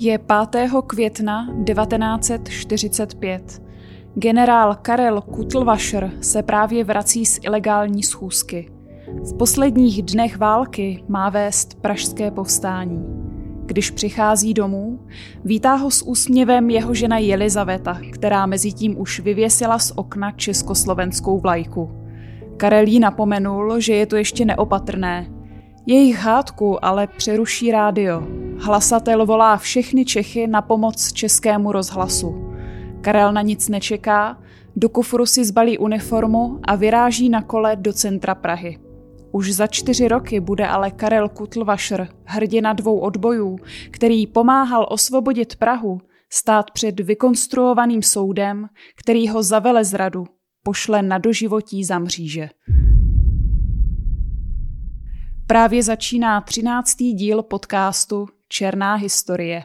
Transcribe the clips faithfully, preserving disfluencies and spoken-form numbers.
Je pátého května devatenáct set čtyřicet pět. Generál Karel Kutlvašer se právě vrací z ilegální schůzky. V posledních dnech války má vést pražské povstání. Když přichází domů, vítá ho s úsměvem jeho žena Jelizaveta, která mezitím už vyvěsila z okna československou vlajku. Karel jí napomenul, že je to ještě neopatrné. Jejich hádku ale přeruší rádio. Hlasatel volá všechny Čechy na pomoc Českému rozhlasu. Karel na nic nečeká, do kufru si zbalí uniformu a vyráží na kole do centra Prahy. Už za čtyři roky bude ale Karel Kutlvašer, hrdina dvou odbojů, který pomáhal osvobodit Prahu, stát před vykonstruovaným soudem, který ho za velezradu pošle na doživotí za mříže. Právě začíná třináctý díl podcastu Černá historie.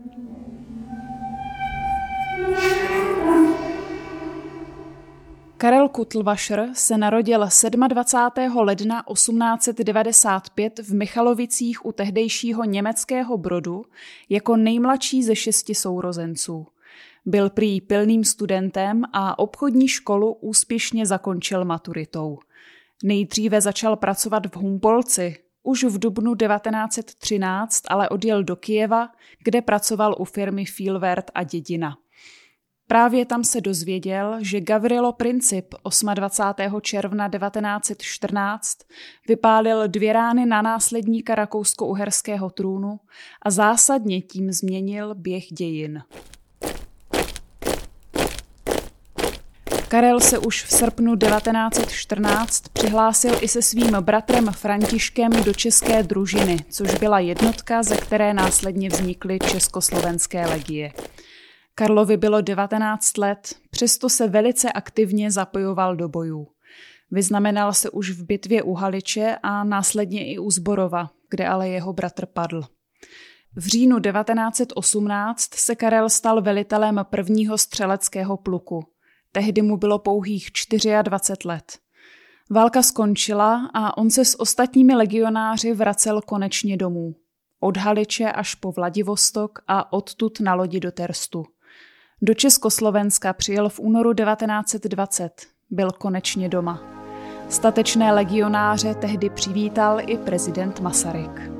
Karel Kutlvašer se narodil dvacátého sedmého ledna osmnáct set devadesát pět v Michalovicích u tehdejšího německého Brodu jako nejmladší ze šesti sourozenců. Byl prý pilným studentem a obchodní školu úspěšně zakončil maturitou. Nejdříve začal pracovat v Humpolci, už v dubnu devatenáct set třináct ale odjel do Kyjeva, kde pracoval u firmy Fielwert a Dědina. Právě tam se dozvěděl, že Gavrilo Princip dvacátého osmého června devatenáct set čtrnáct vypálil dvě rány na následníka rakousko-uherského trůnu a zásadně tím změnil běh dějin. Karel se už v srpnu devatenáct set čtrnáct přihlásil i se svým bratrem Františkem do české družiny, což byla jednotka, ze které následně vznikly československé legie. Karlovi bylo devatenáct let, přesto se velice aktivně zapojoval do bojů. Vyznamenal se už v bitvě u Haliče a následně i u Zborova, kde ale jeho bratr padl. V říjnu devatenáct set osmnáct se Karel stal velitelem prvního střeleckého pluku. Tehdy mu bylo pouhých dvacet čtyři let. Válka skončila a on se s ostatními legionáři vracel konečně domů. Od Haliče až po Vladivostok a odtud na lodi do Terstu. Do Československa přijel v únoru devatenáct set dvacet. Byl konečně doma. Statečné legionáře tehdy přivítal i prezident Masaryk.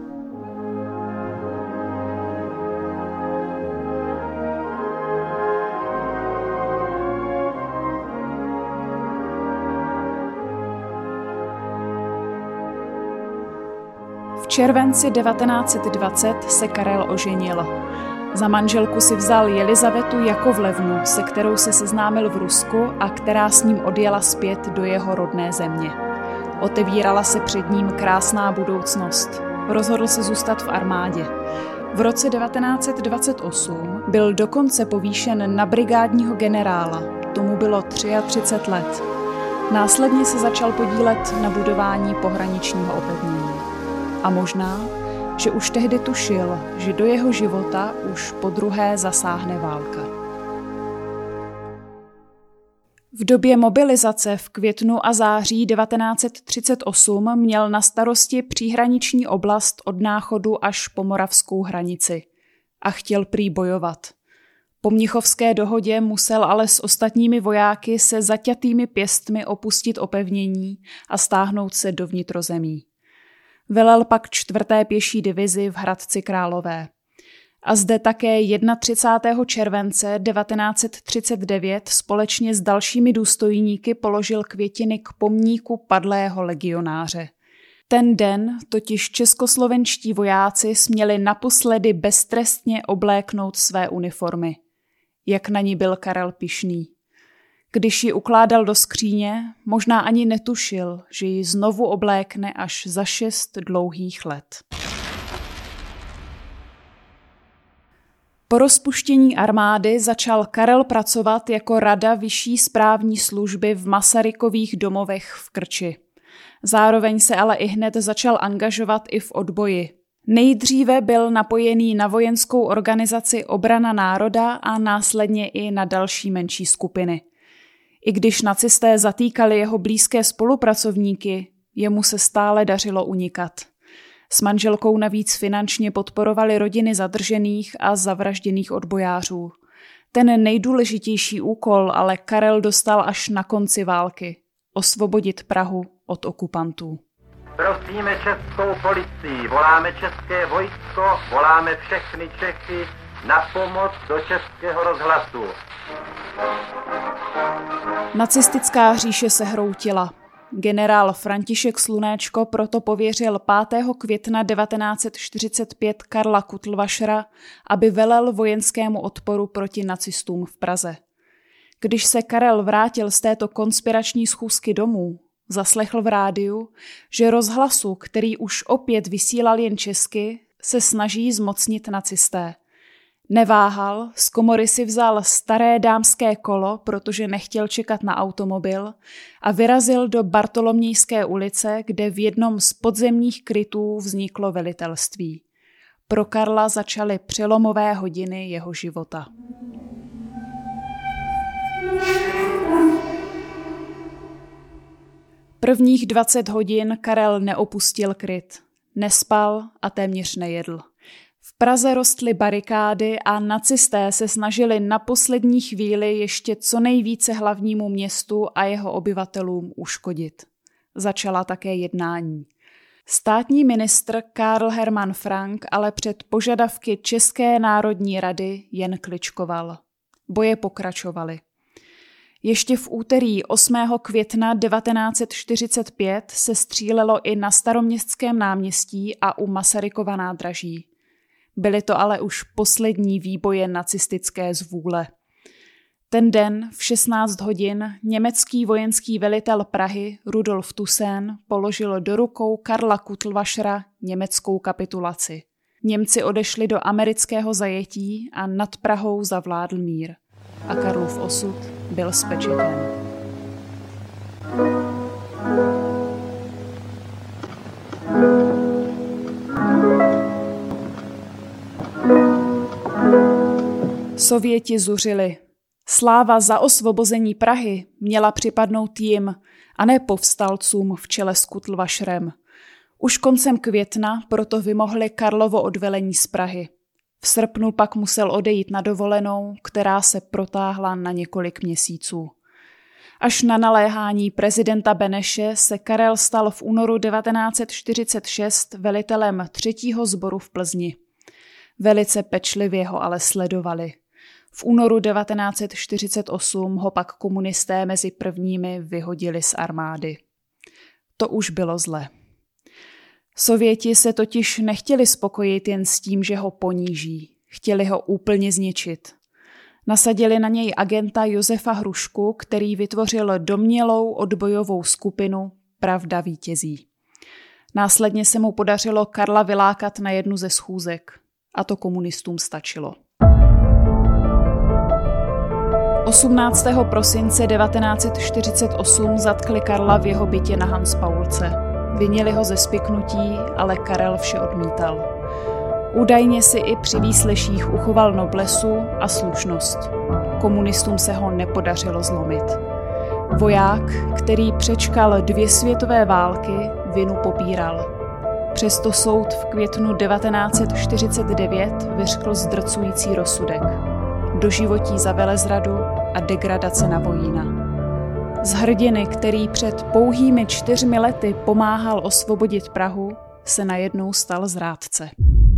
V červenci devatenáct set dvacet se Karel oženil. Za manželku si vzal Jelizavetu Jakovlevnu, se kterou se seznámil v Rusku a která s ním odjela zpět do jeho rodné země. Otevírala se před ním krásná budoucnost. Rozhodl se zůstat v armádě. V roce devatenáct set dvacet osm byl dokonce povýšen na brigádního generála. Tomu bylo třicet tři let. Následně se začal podílet na budování pohraničního opevnění. A možná, že už tehdy tušil, že do jeho života už podruhé zasáhne válka. V době mobilizace v květnu a září devatenáct set třicet osm měl na starosti příhraniční oblast od Náchodu až po moravskou hranici a chtěl prý bojovat. Po Mnichovské dohodě musel ale s ostatními vojáky se zaťatými pěstmi opustit opevnění a stáhnout se do vnitrozemí. Velel pak čtvrté pěší divizi v Hradci Králové. A zde také třicátého prvního července devatenáct set třicet devět společně s dalšími důstojníky položil květiny k pomníku padlého legionáře. Ten den totiž českoslovenští vojáci směli naposledy beztrestně obléknout své uniformy. Jak na ní byl Karel pyšný. Když ji ukládal do skříně, možná ani netušil, že ji znovu oblékne až za šest dlouhých let. Po rozpuštění armády začal Karel pracovat jako rada vyšší správní služby v Masarykových domovech v Krči. Zároveň se ale ihned začal angažovat i v odboji. Nejdříve byl napojený na vojenskou organizaci Obrana národa a následně i na další menší skupiny. I když nacisté zatýkali jeho blízké spolupracovníky, jemu se stále dařilo unikat. S manželkou navíc finančně podporovali rodiny zadržených a zavražděných odbojářů. Ten nejdůležitější úkol ale Karel dostal až na konci války. Osvobodit Prahu od okupantů. Prosíme českou policii, voláme české vojsko, voláme všechny Čechy na pomoc do Českého rozhlasu. Nacistická říše se hroutila. Generál František Slunéčko proto pověřil pátého května devatenáct set čtyřicet pět Karla Kutlvašera, aby velel vojenskému odporu proti nacistům v Praze. Když se Karel vrátil z této konspirační schůzky domů, zaslechl v rádiu, že rozhlasu, který už opět vysílal jen česky, se snaží zmocnit nacisté. Neváhal, z komory si vzal staré dámské kolo, protože nechtěl čekat na automobil, a vyrazil do Bartolomějské ulice, kde v jednom z podzemních krytů vzniklo velitelství. Pro Karla začaly přelomové hodiny jeho života. Prvních dvacet hodin Karel neopustil kryt. Nespal a téměř nejedl. V Praze rostly barikády a nacisté se snažili na poslední chvíli ještě co nejvíce hlavnímu městu a jeho obyvatelům uškodit. Začala také jednání. Státní ministr Karl Hermann Frank ale před požadavky České národní rady jen kličkoval. Boje pokračovaly. Ještě v úterý osmého května devatenáct set čtyřicet pět se střílelo i na Staroměstském náměstí a u Masarykova nádraží. Byly to ale už poslední výboje nacistické zvůle. Ten den v šestnáct hodin německý vojenský velitel Prahy Rudolf Tussen položil do rukou Karla Kutlvašera německou kapitulaci. Němci odešli do amerického zajetí a nad Prahou zavládl mír. A Karlův osud byl spečetěn. Sověti zuřili. Sláva za osvobození Prahy měla připadnout jim a ne povstalcům v čele s Kutlvašerem. Už koncem května proto vymohli Karlovo odvelení z Prahy. V srpnu pak musel odejít na dovolenou, která se protáhla na několik měsíců. Až na naléhání prezidenta Beneše se Karel stal v únoru devatenáct set čtyřicet šest velitelem třetího sboru v Plzni. Velice pečlivě ho ale sledovali. V únoru devatenáct set čtyřicet osm ho pak komunisté mezi prvními vyhodili z armády. To už bylo zle. Sověti se totiž nechtěli spokojit jen s tím, že ho poníží. Chtěli ho úplně zničit. Nasadili na něj agenta Josefa Hrušku, který vytvořil domnělou odbojovou skupinu Pravda vítězí. Následně se mu podařilo Karla vylákat na jednu ze schůzek. A to komunistům stačilo. osmnáctého prosince devatenáct set čtyřicet osm zatkli Karla v jeho bytě na Hanspaulce. Vinili ho ze spiknutí, ale Karel vše odmítal. Údajně si i při výsleších uchoval noblesu a slušnost. Komunistům se ho nepodařilo zlomit. Voják, který přečkal dvě světové války, vinu popíral. Přesto soud v květnu devatenáct set čtyřicet devět vyřkl zdrcující rozsudek. Doživotí za velezradu a degradace na vojína. Z hrdiny, který před pouhými čtyřmi lety pomáhal osvobodit Prahu, se najednou stal zrádce.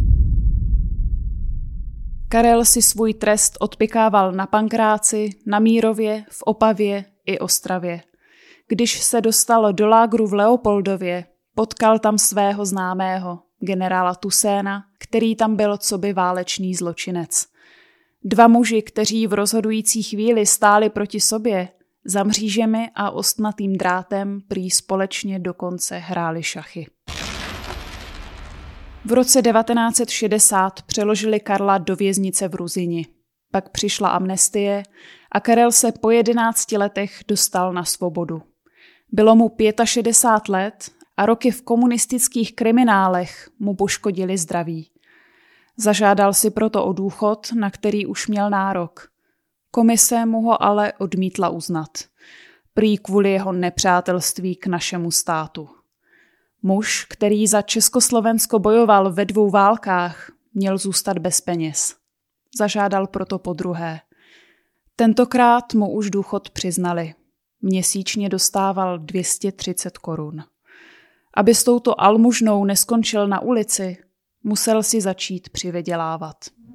Karel si svůj trest odpykával na Pankráci, na Mírově, v Opavě i Ostravě. Když se dostal do lágru v Leopoldově, potkal tam svého známého, generála Tussena, který tam byl coby válečný zločinec. Dva muži, kteří v rozhodující chvíli stáli proti sobě, za mřížemi a ostnatým drátem prý společně dokonce hráli šachy. V roce devatenáct set šedesát přeložili Karla do věznice v Ruzini. Pak přišla amnestie a Karel se po jedenácti letech dostal na svobodu. Bylo mu šedesát pět let a roky v komunistických kriminálech mu poškodili zdraví. Zažádal si proto o důchod, na který už měl nárok. Komise mu ho ale odmítla uznat. Prý kvůli jeho nepřátelství k našemu státu. Muž, který za Československo bojoval ve dvou válkách, měl zůstat bez peněz. Zažádal proto podruhé. Tentokrát mu už důchod přiznali. Měsíčně dostával dvě stě třicet korun. Aby s touto almužnou neskončil na ulici, musel si začít přivydělávat.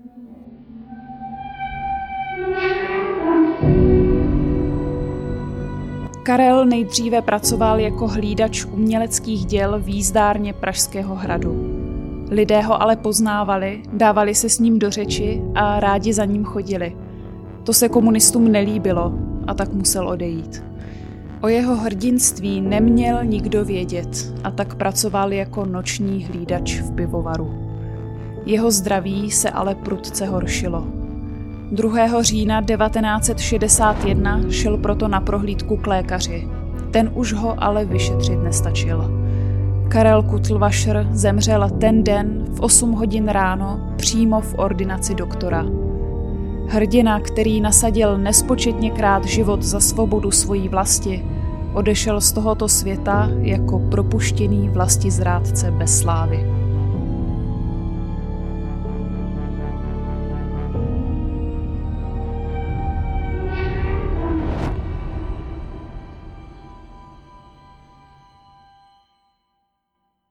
Karel nejdříve pracoval jako hlídač uměleckých děl v jízdárně Pražského hradu. Lidé ho ale poznávali, dávali se s ním do řeči a rádi za ním chodili. To se komunistům nelíbilo a tak musel odejít. O jeho hrdinství neměl nikdo vědět a tak pracoval jako noční hlídač v pivovaru. Jeho zdraví se ale prudce horšilo. druhého října devatenáct set šedesát jedna šel proto na prohlídku k lékaři. Ten už ho ale vyšetřit nestačil. Karel Kutlvašer zemřel ten den v osm hodin ráno přímo v ordinaci doktora. Hrdina, který nasadil nespočetněkrát život za svobodu svojí vlasti, odešel z tohoto světa jako propuštěný vlastizrádce bez slávy.